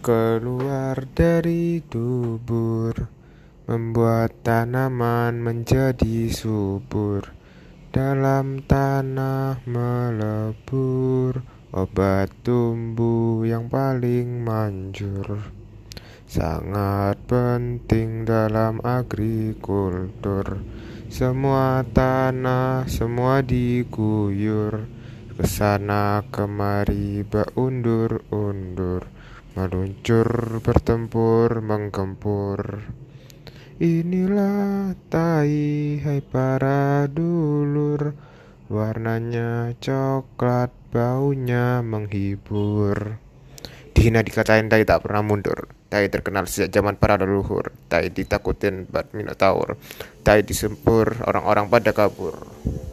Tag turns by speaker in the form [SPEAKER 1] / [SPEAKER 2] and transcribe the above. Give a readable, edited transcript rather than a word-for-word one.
[SPEAKER 1] keluar dari dubur, membuat tanaman menjadi subur. Dalam tanah melebur, obat tumbuh yang paling manjur. Sangat penting dalam agrikultur. Semua tanah, semua diguyur. Kesana kemari beundur-undur, meluncur, bertempur, menggempur. Inilah tai, hai para dulur. Warnanya coklat, baunya menghibur. Dihina dikatain tai tak pernah mundur. Tai terkenal sejak zaman para leluhur. Tai ditakutin bat minotaur. Tai disembur, orang-orang pada kabur.